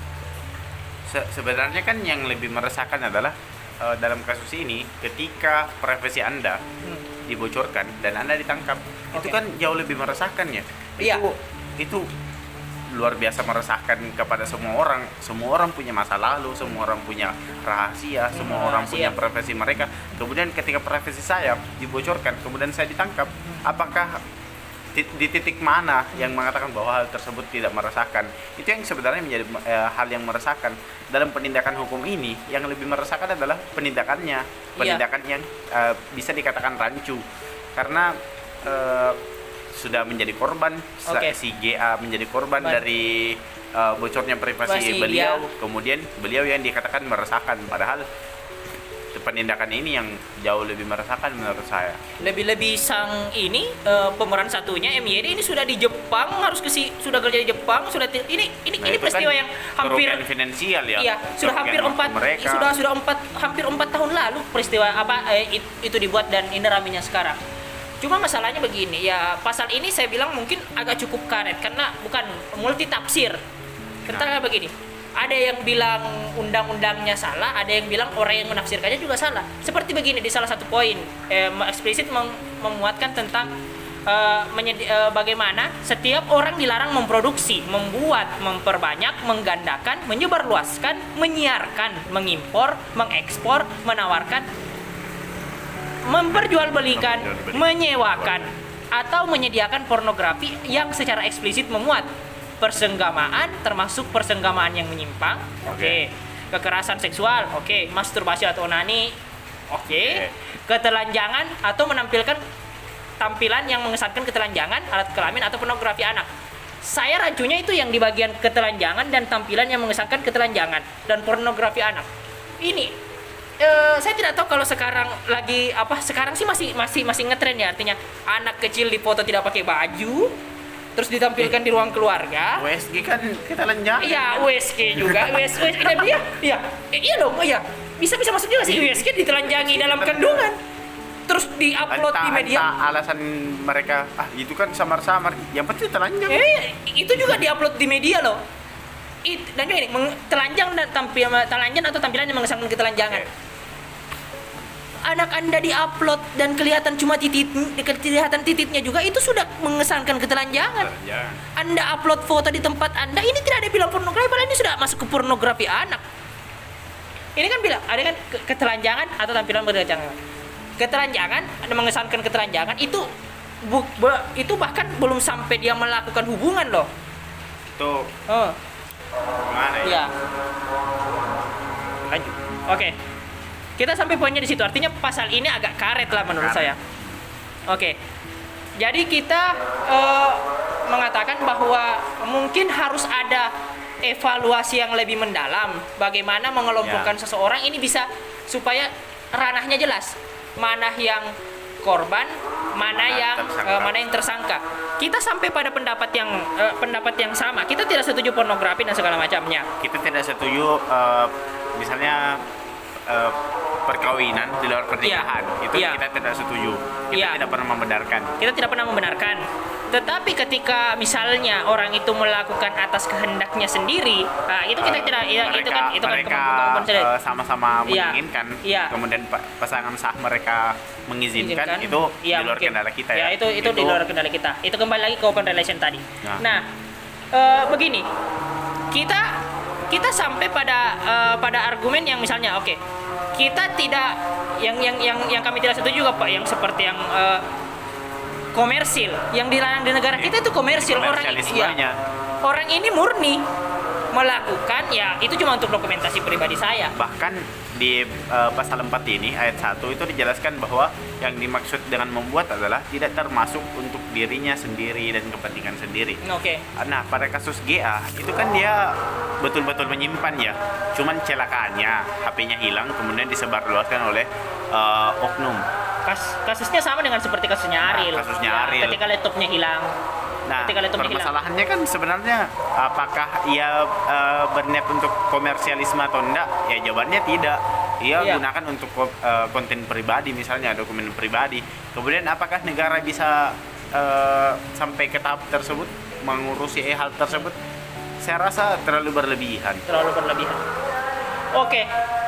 Se- sebenarnya kan yang lebih meresahkan adalah eh, dalam kasus ini ketika privasi Anda Hmm. dibocorkan dan Anda ditangkap, itu Oke. kan jauh lebih meresahkan ya. Iya. Itu itu luar biasa meresahkan kepada semua orang. Semua orang punya masa lalu, semua orang punya rahasia, semua orang rahasia. punya privasi mereka. Kemudian ketika privasi saya dibocorkan, kemudian saya ditangkap, apakah ti- di titik mana yang mengatakan bahwa hal tersebut tidak meresahkan? Itu yang sebenarnya menjadi eh, hal yang meresahkan dalam penindakan hukum ini. Yang lebih meresahkan adalah penindakannya, penindakan yang eh, bisa dikatakan rancu, karena eh, sudah menjadi korban. Sa- Oke. Si G A menjadi korban Baik. dari eh, bocornya privasi Privasi, beliau, dia. kemudian beliau yang dikatakan meresahkan, padahal penindakan ini yang jauh lebih meresahkan menurut saya. Lebih-lebih sang ini eh, pemeran satunya M Y D ini sudah di Jepang, harus ke si, sudah kerja di Jepang, sudah ti- ini ini Nah, ini itu peristiwa kan yang hampir kerugian finansial ya. iya sudah hampir Kerugian empat waktu mereka. sudah sudah empat hampir empat tahun lalu peristiwa apa eh, it- itu dibuat dan ini ramenya sekarang. Cuma masalahnya begini ya, pasal ini saya bilang mungkin agak cukup karet karena bukan multi tafsir. Tentang begini, ada yang bilang undang-undangnya salah, ada yang bilang orang yang menafsirkannya juga salah. Seperti begini di salah satu poin eh, eksplisit mem- memuatkan tentang eh, menyedi- eh, bagaimana setiap orang dilarang memproduksi, membuat, memperbanyak, menggandakan, menyebarluaskan, menyiarkan, mengimpor, mengekspor, menawarkan, memperjualbelikan, Memperjualbelikan. menyewakan, atau menyediakan pornografi yang secara eksplisit memuat persenggamaan, termasuk persenggamaan yang menyimpang, oke, Oke. kekerasan seksual, oke, masturbasi atau onani, oke, Oke. ketelanjangan atau menampilkan tampilan yang mengesankan ketelanjangan, alat kelamin atau pornografi anak. Saya rancunya itu yang di bagian ketelanjangan dan tampilan yang mengesankan ketelanjangan dan pornografi anak. Ini eh, saya tidak tahu kalau sekarang lagi apa sekarang sih masih masih masih ngetren ya, artinya anak kecil difoto tidak pakai baju terus ditampilkan di ruang keluarga. W S G kan kita lenjang. Iya, U S G juga, U S G dan dia, iya, Eh, iya dong, iya, bisa bisa masuk juga sih U S G ditelanjangi dalam kandungan, terus diupload di media. Entah alasan mereka, ah itu kan samar-samar, yang penting telanjang. Eh, itu juga diupload di media loh. It, dan juga ini meng- telanjang dan tampil telanjang atau tampilan yang mengesankan ketelanjangan. Oke. anak Anda diupload dan kelihatan cuma titik, kelihatan titiknya juga, itu sudah mengesankan ketelanjangan. Jangan. Anda upload foto di tempat Anda, ini tidak ada bilang pornografi, padahal ini sudah masuk ke pornografi anak. Ini kan bilang ada kan ke- ketelanjangan atau tampilan berketelanjangan. Ketelanjangan, ada mengesankan ketelanjangan itu bu, be- itu bahkan belum sampai dia melakukan hubungan loh. Itu Oh, gimana ya? iya. Lanjut. Oke. Kita sampai poinnya di situ. Artinya pasal ini agak karet lah menurut Karet. saya. Oke. Jadi kita eh, mengatakan bahwa mungkin harus ada evaluasi yang lebih mendalam bagaimana mengelompokkan Ya. seseorang ini bisa supaya ranahnya jelas. Mana yang korban, mana Mana yang tersangka. eh, mana yang tersangka. Kita sampai pada pendapat yang eh, pendapat yang sama. Kita tidak setuju pornografi dan segala macamnya. Kita tidak setuju eh, misalnya eh, perkawinan di luar pernikahan. Itu Iya. kita tidak setuju. Kita Iya. tidak pernah membenarkan. Kita tidak pernah membenarkan. Tetapi ketika misalnya orang itu melakukan atas kehendaknya sendiri, nah, itu kita Eh, tidak ya, mereka, itu kan itu kan mereka kemampuan sendiri. eh, sama-sama Iya. menginginkan, Iya. kemudian pa- pasangan sah mereka mengizinkan, Izinkan. itu Iya, di luar mungkin. kendala kita ya. ya. itu, itu di luar kendali kita. Itu kembali lagi ke open relation tadi. Nah. Nah, eh, begini, kita kita sampai pada eh, pada argumen yang misalnya, oke, kita tidak yang yang yang yang kami tidak setuju juga Pak, yang seperti yang eh, komersil, yang dilarang di negara kita itu komersil. Orang Komersialismenya. iya, orang ini murni melakukan, ya itu cuma untuk dokumentasi pribadi saya. Bahkan di eh, pasal empat ini ayat satu itu dijelaskan bahwa yang dimaksud dengan membuat adalah tidak termasuk untuk dirinya sendiri dan kepentingan sendiri. Oke. Nah, pada kasus G A itu kan dia betul-betul menyimpan ya. Cuman celakaannya H P-nya hilang kemudian disebarluaskan oleh eh, oknum. Kas- kasusnya sama dengan seperti kasusnya Nah, Ariel. kasusnya Ya, Ariel. Ketika laptopnya hilang. Nah, Ketika laptopnya hilang. permasalahannya kan sebenarnya apakah ia eh, berniat untuk komersialisme atau enggak? Ya jawabannya tidak. Ia Iya. gunakan untuk ko- eh, konten pribadi misalnya dokumen pribadi. Kemudian apakah negara bisa eh, sampai ke tahap tersebut mengurusi hal tersebut? Saya rasa terlalu berlebihan. Terlalu berlebihan. Oke.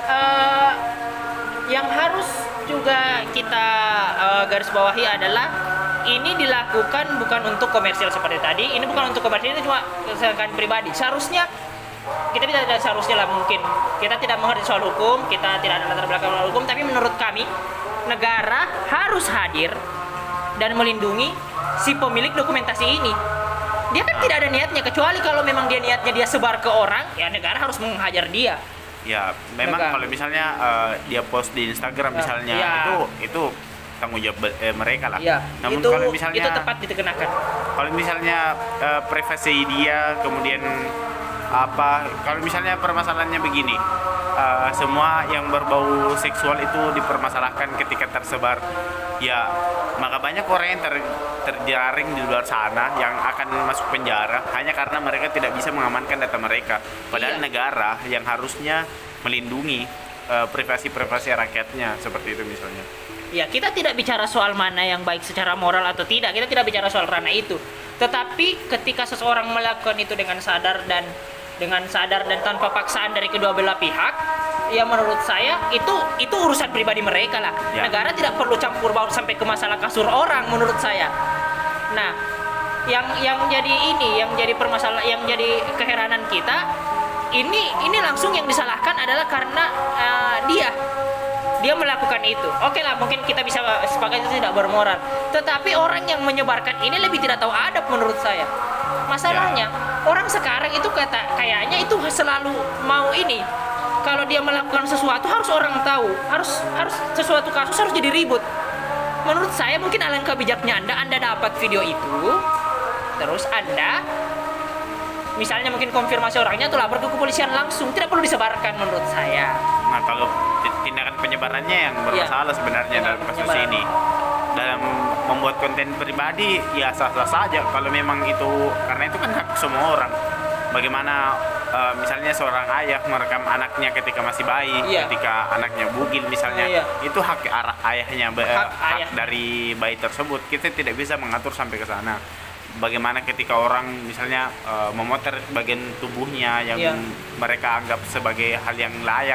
eh, yang harus juga kita eh, garis bawahi adalah ini dilakukan bukan untuk komersial seperti tadi. Ini bukan untuk komersial, ini cuma kesalahan pribadi. Seharusnya kita tidak tidak seharusnya lah mungkin kita tidak mengerti soal hukum, kita tidak ada latar belakang soal hukum, tapi menurut kami negara harus hadir dan melindungi si pemilik dokumentasi ini. Dia kan tidak ada niatnya, kecuali kalau memang dia niatnya dia sebar ke orang, ya negara harus menghajar dia. Ya, memang Negara. kalau misalnya eh, dia post di Instagram Ya, misalnya ya. itu itu tanggung jawab eh, mereka lah. Iya, Namun itu kalau misalnya itu tepat dikenakan. kalau misalnya eh, privasi dia kemudian apa kalau misalnya permasalahannya begini eh, semua yang berbau seksual itu dipermasalahkan ketika tersebar, ya maka banyak orang yang ter, terjaring di luar sana yang akan masuk penjara hanya karena mereka tidak bisa mengamankan data mereka, padahal Iya. negara yang harusnya melindungi eh, privasi-privasi rakyatnya seperti itu misalnya. Ya, kita tidak bicara soal mana yang baik secara moral atau tidak. Kita tidak bicara soal ranah itu. Tetapi ketika seseorang melakukan itu dengan sadar dan dengan sadar dan tanpa paksaan dari kedua belah pihak, ya menurut saya itu itu urusan pribadi mereka lah. Ya. Negara tidak perlu campur baur sampai ke masalah kasur orang menurut saya. Nah, yang yang jadi ini, yang jadi permasalahan, yang jadi keheranan kita, ini ini langsung yang disalahkan adalah karena eh, dia dia melakukan itu. Oke lah, mungkin kita bisa sepakat itu tidak bermoral. Tetapi orang yang menyebarkan ini lebih tidak tahu adab menurut saya. Masalahnya, orang sekarang itu kata kayaknya itu selalu mau ini. Kalau dia melakukan sesuatu harus orang tahu, harus harus sesuatu kasus harus jadi ribut. Menurut saya mungkin alangkah bijaknya Anda, Anda dapat video itu, terus Anda misalnya mungkin konfirmasi orangnya atau lapor ke kepolisian langsung, tidak perlu disebarkan menurut saya. Nah, kalau tindakan penyebarannya yang bermasalah sebenarnya Tindakan dalam kasus penyebaran. ini. Dalam membuat konten pribadi ya sah-sah saja kalau memang itu, karena itu kan hak semua orang. Bagaimana eh, misalnya seorang ayah merekam anaknya ketika masih bayi, Iya. ketika anaknya bugil misalnya, Iya. itu hak arah ayahnya, be- Hak hak ayah. dari bayi tersebut. Kita tidak bisa mengatur sampai ke sana. Bagaimana ketika orang misalnya eh, memotret bagian tubuhnya yang Iya. mereka anggap sebagai hal yang layak,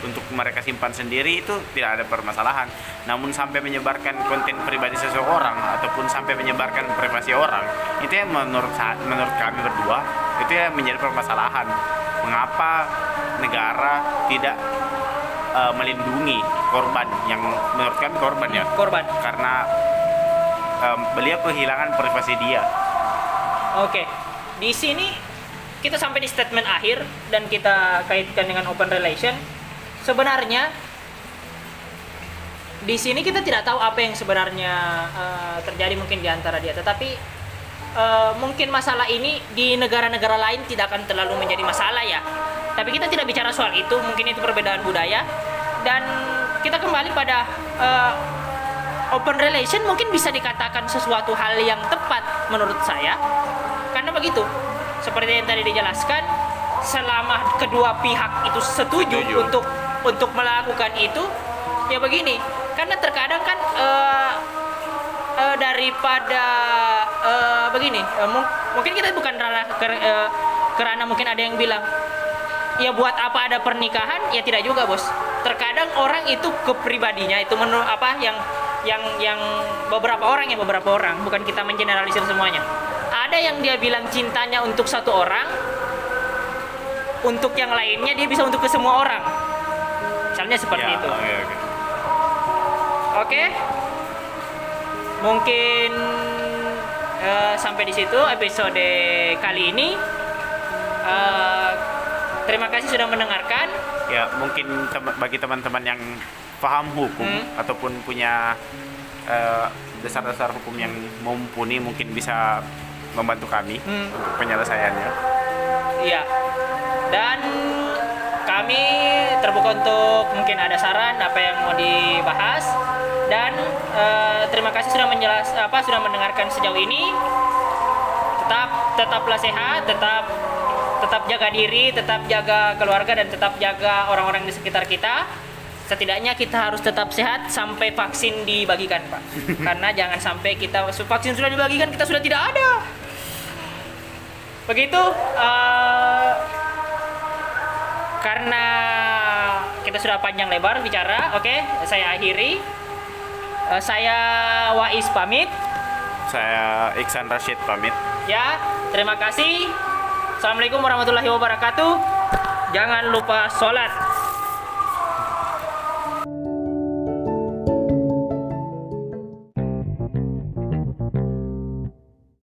untuk mereka simpan sendiri itu tidak ada permasalahan. Namun sampai menyebarkan konten pribadi seseorang ataupun sampai menyebarkan privasi orang, itu yang menurut sa- menurut kami berdua itu yang menjadi permasalahan. Mengapa negara tidak uh, melindungi korban yang menurut kami korban ya? Korban. Karena um, beliau kehilangan privasi dia. Oke. Di sini kita sampai di statement akhir dan kita kaitkan dengan open relation. Sebenarnya di sini kita tidak tahu apa yang sebenarnya uh, terjadi mungkin di antara dia, tetapi uh, mungkin masalah ini di negara-negara lain tidak akan terlalu menjadi masalah ya. Tapi kita tidak bicara soal itu, mungkin itu perbedaan budaya. Dan kita kembali pada uh, open relation mungkin bisa dikatakan sesuatu hal yang tepat menurut saya. Karena begitu, seperti yang tadi dijelaskan, selama kedua pihak itu setuju, Setuju. untuk untuk melakukan itu, ya begini. Karena terkadang kan uh, uh, daripada uh, begini, uh, mung- mungkin kita bukan karena uh, karena mungkin ada yang bilang, ya buat apa ada pernikahan? Ya tidak juga, bos. Terkadang orang itu kepribadinya itu menurut apa yang yang yang beberapa orang ya beberapa orang, bukan kita mengeneralisir semuanya. Ada yang dia bilang cintanya untuk satu orang, untuk yang lainnya dia bisa untuk ke semua orang. Misalnya seperti Ya, itu. oke, oke. Oke. Mungkin eh, sampai di situ episode kali ini. Eh, terima kasih sudah mendengarkan. Ya, mungkin tem- bagi teman-teman yang paham hukum Hmm. ataupun punya eh, dasar-dasar hukum yang mumpuni, mungkin bisa membantu kami Hmm. untuk penyelesaiannya. Iya. Dan kami terbuka untuk mungkin ada saran apa yang mau dibahas. Dan eh, terima kasih sudah menjelas apa sudah mendengarkan sejauh ini. Tetap tetaplah sehat, tetap tetap jaga diri, tetap jaga keluarga dan tetap jaga orang-orang di sekitar kita. Setidaknya kita harus tetap sehat sampai vaksin dibagikan, Pak. Karena jangan sampai kita vaksin sudah dibagikan kita sudah tidak ada. Begitu. eh, karena kita sudah panjang lebar bicara, oke, saya akhiri. Eh, saya Wais pamit. Saya Iksan Rashid pamit. Ya, terima kasih. Assalamualaikum warahmatullahi wabarakatuh. Jangan lupa sholat.